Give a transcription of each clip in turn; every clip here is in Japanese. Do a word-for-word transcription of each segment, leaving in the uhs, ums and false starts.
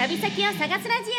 旅先を探すラジ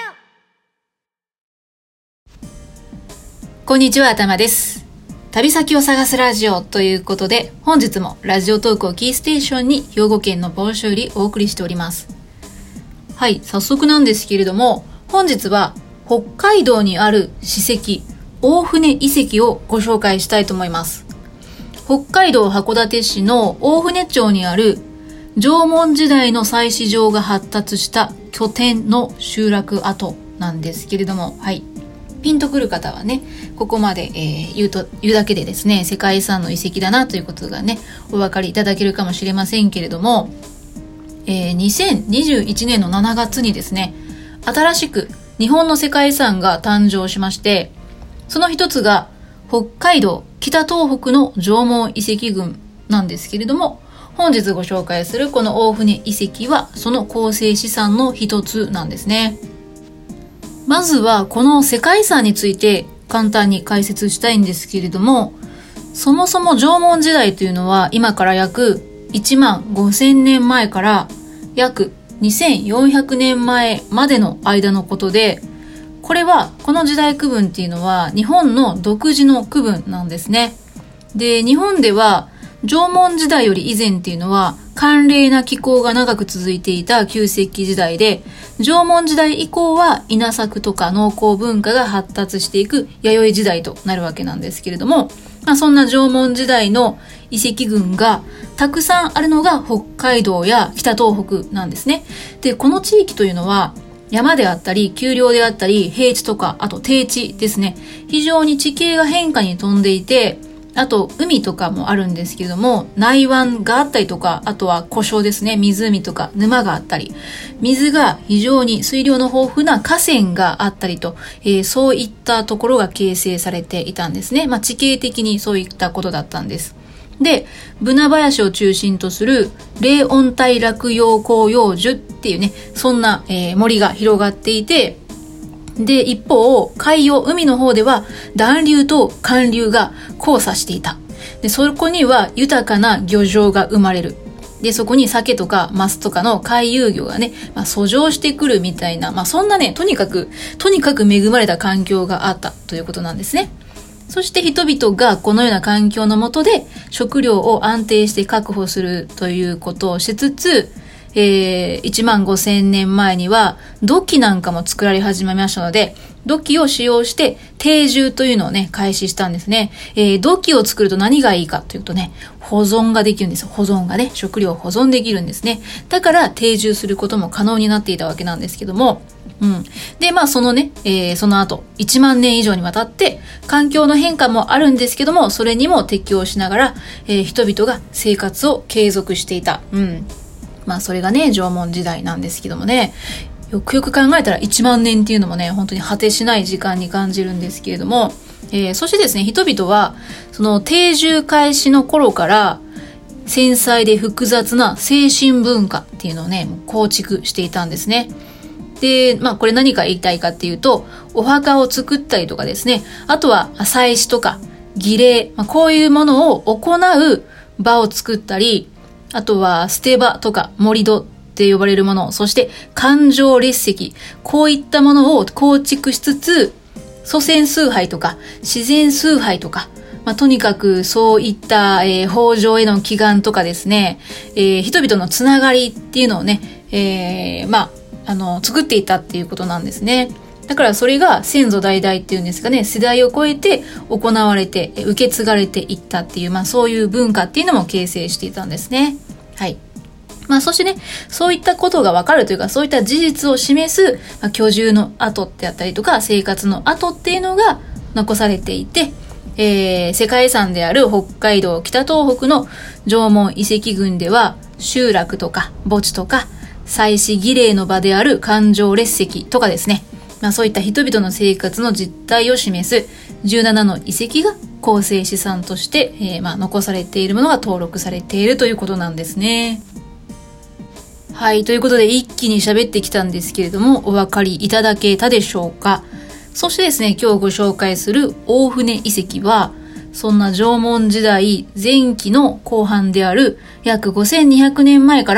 オ。 こんにちは、たまです。旅先を探すラジオということで、本日もラジオトークをキーステーションに兵庫県の某所よりお送りしております。はい、早速なんですけれども、本日は北海道にある史跡、大船遺跡をご紹介したいと思います。北海道函館市の大船町にある縄文時代の祭祀場が発達した拠点の集落跡なんですけれども、はい。ピンとくる方はね、ここまで、えー、言うと、言うだけでですね、世界遺産の遺跡だなということがね、お分かりいただけるかもしれませんけれども、えー、にせんにじゅういちねんのしちがつにですね、新しく日本の世界遺産が誕生しまして、その一つが北海道北東北の縄文遺跡群なんですけれども、本日ご紹介するこの大船遺跡はその構成資産の一つなんですね。まずはこの世界遺産について簡単に解説したいんですけれども、そもそも縄文時代というのは今から約いちまんごせんねんまえから約にせんよんひゃくねんまえまでの間のことで、これはこの時代区分っていうのは日本の独自の区分なんですね。で、日本では縄文時代より以前っていうのは寒冷な気候が長く続いていた旧石器時代で、縄文時代以降は稲作とか農耕文化が発達していく弥生時代となるわけなんですけれども、まあ、そんな縄文時代の遺跡群がたくさんあるのが北海道や北東北なんですね。で、この地域というのは山であったり丘陵であったり平地とか、あと低地ですね、非常に地形が変化に富んでいて、あと海とかもあるんですけれども、内湾があったりとか、あとは湖沼ですね、湖とか沼があったり、水が非常に水量の豊富な河川があったりと、えー、そういったところが形成されていたんですね。まあ地形的にそういったことだったんです。で、ブナ林を中心とする冷温帯落葉広葉樹っていうね、そんな、えー、森が広がっていて、で、一方、海洋、海の方では暖流と寒流が交差していた。で、そこには豊かな漁場が生まれる。で、そこに鮭とかマスとかの回遊魚がね、まあ、遡上してくるみたいな、まあ、そんなね、とにかく、とにかく恵まれた環境があったということなんですね。そして人々がこのような環境の下で食料を安定して確保するということをしつつ、えー、いちまんごせんねんまえには土器なんかも作られ始めましたので、土器を使用して定住というのをね、開始したんですね。えー、土器を作ると何がいいかというとね、保存ができるんですよ。保存がね、食料を保存できるんですね。だから定住することも可能になっていたわけなんですけども、うん。で、まあそのね、えー、その後いちまんねん以上にわたって環境の変化もあるんですけども、それにも適応しながら、えー、人々が生活を継続していた。うん。まあそれがね、縄文時代なんですけどもね、よくよく考えたらいちまんねんっていうのもね、本当に果てしない時間に感じるんですけれども、えー、そしてですね、人々はその定住開始の頃から繊細で複雑な精神文化っていうのをね、構築していたんですね。で、まあこれ何か言いたいかっていうと、お墓を作ったりとかですね、あとは祭祀とか儀礼、まあ、こういうものを行う場を作ったり、あとは捨て場とか盛り土って呼ばれるもの、そして環状列石、こういったものを構築しつつ、祖先崇拝とか自然崇拝とか、まあ、とにかくそういった、えー、豊穣への祈願とかですね、えー、人々のつながりっていうのをね、えー、まあ、あの、作っていたっていうことなんですね。だからそれが先祖代々っていうんですかね、世代を超えて行われて、受け継がれていったっていう、まあそういう文化っていうのも形成していたんですね。はい。まあそしてね、そういったことがわかるというか、そういった事実を示す、まあ、居住の跡ってあったりとか、生活の跡っていうのが残されていて、えー、世界遺産である北海道北東北の縄文遺跡群では、集落とか墓地とか、祭祀儀礼の場である環状列石とかですね、まあ、そういった人々の生活の実態を示すじゅうななの遺跡が構成資産として、えー、まあ残されているものが登録されているということなんですね。はい、ということで一気に喋ってきたんですけれども、お分かりいただけたでしょうか。そしてですね、今日ご紹介する大船遺跡は、そんな縄文時代前期の後半である約ごせんにひゃくねんまえから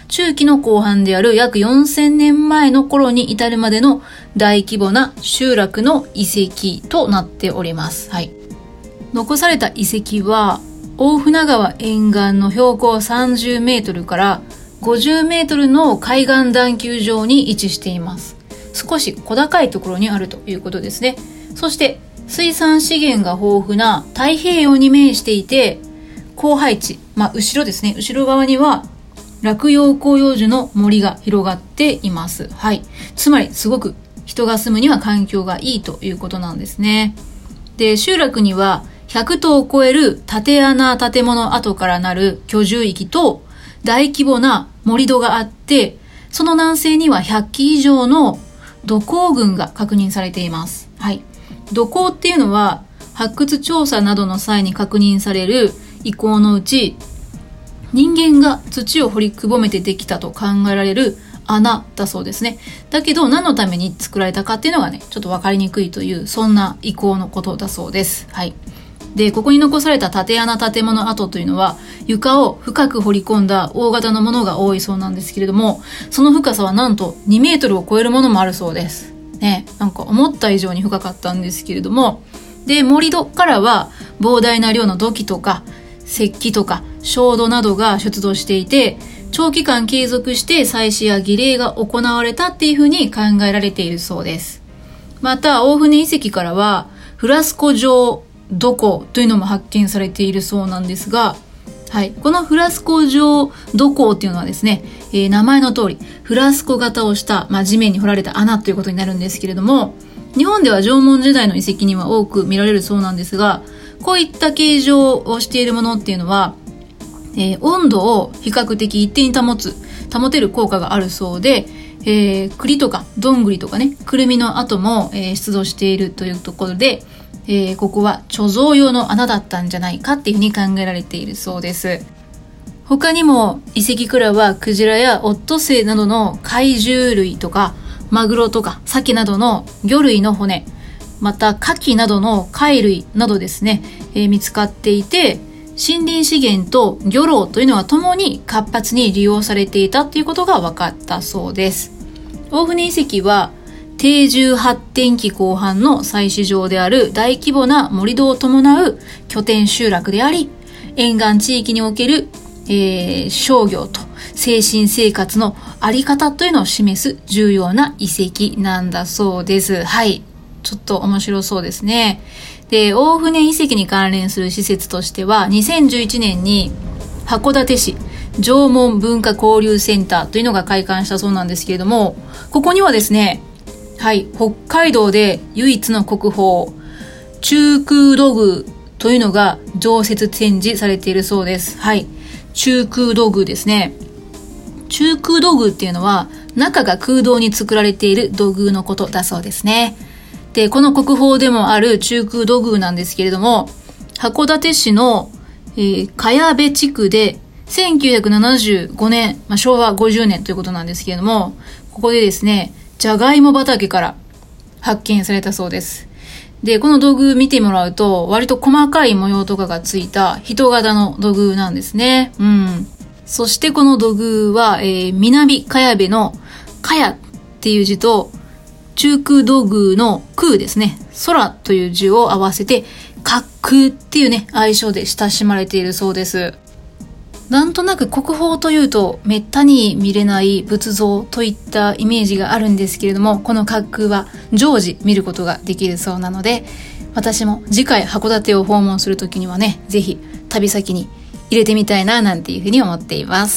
中期の後半である約よんせんねんまえの頃に至るまでの大規模な集落の遺跡となっております。はい。残された遺跡は、大船川沿岸の標高さんじゅうメートルからごじゅうメートルの海岸段丘上に位置しています。少し小高いところにあるということですね。そして、水産資源が豊富な太平洋に面していて、広背地、まあ後ろですね、後ろ側には落葉広葉樹の森が広がっています。はい。つまりすごく人が住むには環境がいいということなんですね。で、集落にはひゃくとうを超える竪穴建物跡からなる居住域と大規模な盛り土があって、その南西にはひゃっき以上の土坑群が確認されています。はい。土坑っていうのは発掘調査などの際に確認される遺構のうち、人間が土を掘りくぼめてできたと考えられる穴だそうですね。だけど何のために作られたかっていうのがね、ちょっと分かりにくいという、そんな遺構のことだそうです。はい。で、ここに残された竪穴建物跡というのは、床を深く掘り込んだ大型のものが多いそうなんですけれども、その深さはなんとにメートルを超えるものもあるそうです。ね、なんか思った以上に深かったんですけれども、で、盛り土からは膨大な量の土器とか石器とか焦土などが出土していて、長期間継続して祭祀や儀礼が行われたっていうふうに考えられているそうです。また、大船遺跡からはフラスコ状土坑というのも発見されているそうなんですが、はい、このフラスコ状土坑っていうのはですね、えー、名前の通りフラスコ型をした、まあ、地面に掘られた穴ということになるんですけれども、日本では縄文時代の遺跡には多く見られるそうなんですが、こういった形状をしているものっていうのは、えー、温度を比較的一定に保つ保てる効果があるそうで、えー、栗とかどんぐりとかね、くるみの跡も、えー、出土しているというところで、えー、ここは貯蔵用の穴だったんじゃないかっていうふうに考えられているそうです。他にも遺跡からはクジラやオットセイなどの怪獣類とかマグロとかサケなどの魚類の骨、またカキなどの貝類などですね、えー、見つかっていて、森林資源と漁労というのはともに活発に利用されていたということが分かったそうです。大船遺跡は定住発展期後半の採取場である大規模な盛り土を伴う拠点集落であり、沿岸地域における、えー、商業と精神生活のあり方というのを示す重要な遺跡なんだそうです。はい。ちょっと面白そうですね。で、大船遺跡に関連する施設としては、にせんじゅういちねんに函館市縄文文化交流センターというのが開館したそうなんですけれども、ここにはですね、はい、北海道で唯一の国宝、中空土偶というのが常設展示されているそうです。はい、中空土偶ですね。中空土偶っていうのは、中が空洞に作られている土偶のことだそうですね。で、この国宝でもある中空土偶なんですけれども、函館市の、えー、茅部地区でせんきゅうひゃくななじゅうごねん、まあ、しょうわごじゅうねんということなんですけれども、ここでですね、じゃがいも畑から発見されたそうです。で、この土偶見てもらうと、割と細かい模様とかがついた人型の土偶なんですね。うん。そしてこの土偶は、えー、南茅部の茅っていう字と、中空土偶の空ですね。空という字を合わせて、滑空っていうね、愛称で親しまれているそうです。なんとなく国宝というとめったに見れない仏像といったイメージがあるんですけれども、この滑空は常時見ることができるそうなので、私も次回函館を訪問するときにはね、ぜひ旅先に入れてみたいななんていうふうに思っています。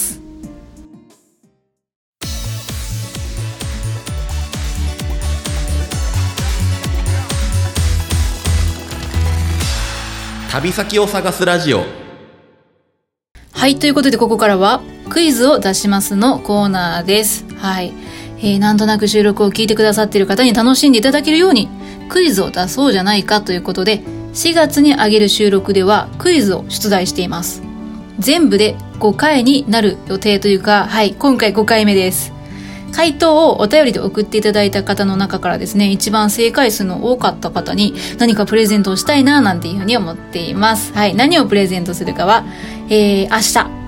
旅先を探すラジオ。 はい、ということでここからはクイズを出しますのコーナーです。はい、えー、なんとなく収録を聞いてくださっている方に楽しんでいただけるようにクイズを出そうじゃないかということで、しがつに上げる収録ではクイズを出題しています。全部でごかいになる予定というか、はい、今回ごかいめです。回答をお便りで送っていただいた方の中からですね、一番正解数の多かった方に何かプレゼントをしたいななんていうふうに思っています。はい、何をプレゼントするかは、えー、明日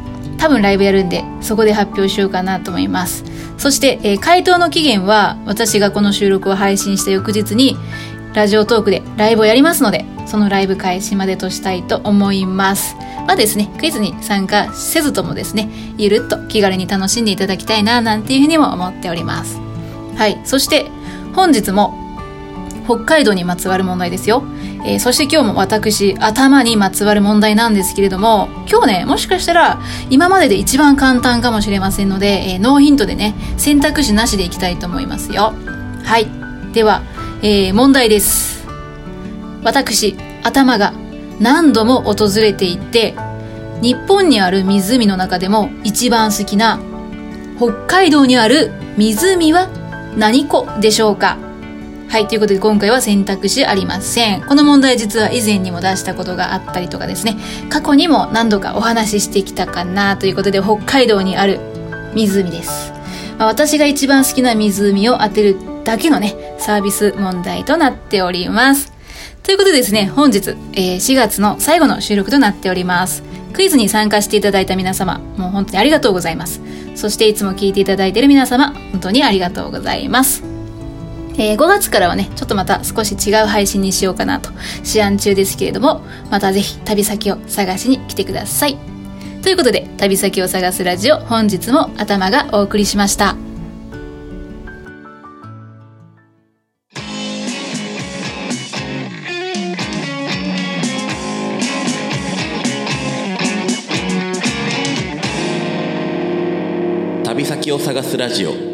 多分ライブやるんで、そこで発表しようかなと思います。そして、えー、回答の期限は私がこの収録を配信した翌日にラジオトークでライブをやりますので、そのライブ開始までとしたいと思います。まあですね、クイズに参加せずともですね、ゆるっと気軽に楽しんでいただきたいななんていうふうにも思っております。はい、そして本日も北海道にまつわる問題ですよ。えー、そして今日も私頭にまつわる問題なんですけれども、今日ね、もしかしたら今までで一番簡単かもしれませんので、えー、ノーヒントでね、選択肢なしでいきたいと思いますよ。はい、では、えー、問題です。私頭が何度も訪れていて、日本にある湖の中でも一番好きな北海道にある湖は何湖でしょうか。はい、ということで今回は選択肢ありません。この問題実は以前にも出したことがあったりとかですね、過去にも何度かお話ししてきたかなということで、北海道にある湖です。まあ、私が一番好きな湖を当てるだけのね、サービス問題となっております。ということでですね、本日、えー、しがつの最後の収録となっております。クイズに参加していただいた皆様、もう本当にありがとうございます。そしていつも聞いていただいている皆様、本当にありがとうございます。えー、ごがつからはね、ちょっとまた少し違う配信にしようかなと試案中ですけれども、またぜひ旅先を探しに来てください。ということで、旅先を探すラジオ、本日も頭がお送りしました。 旅先を探すラジオ。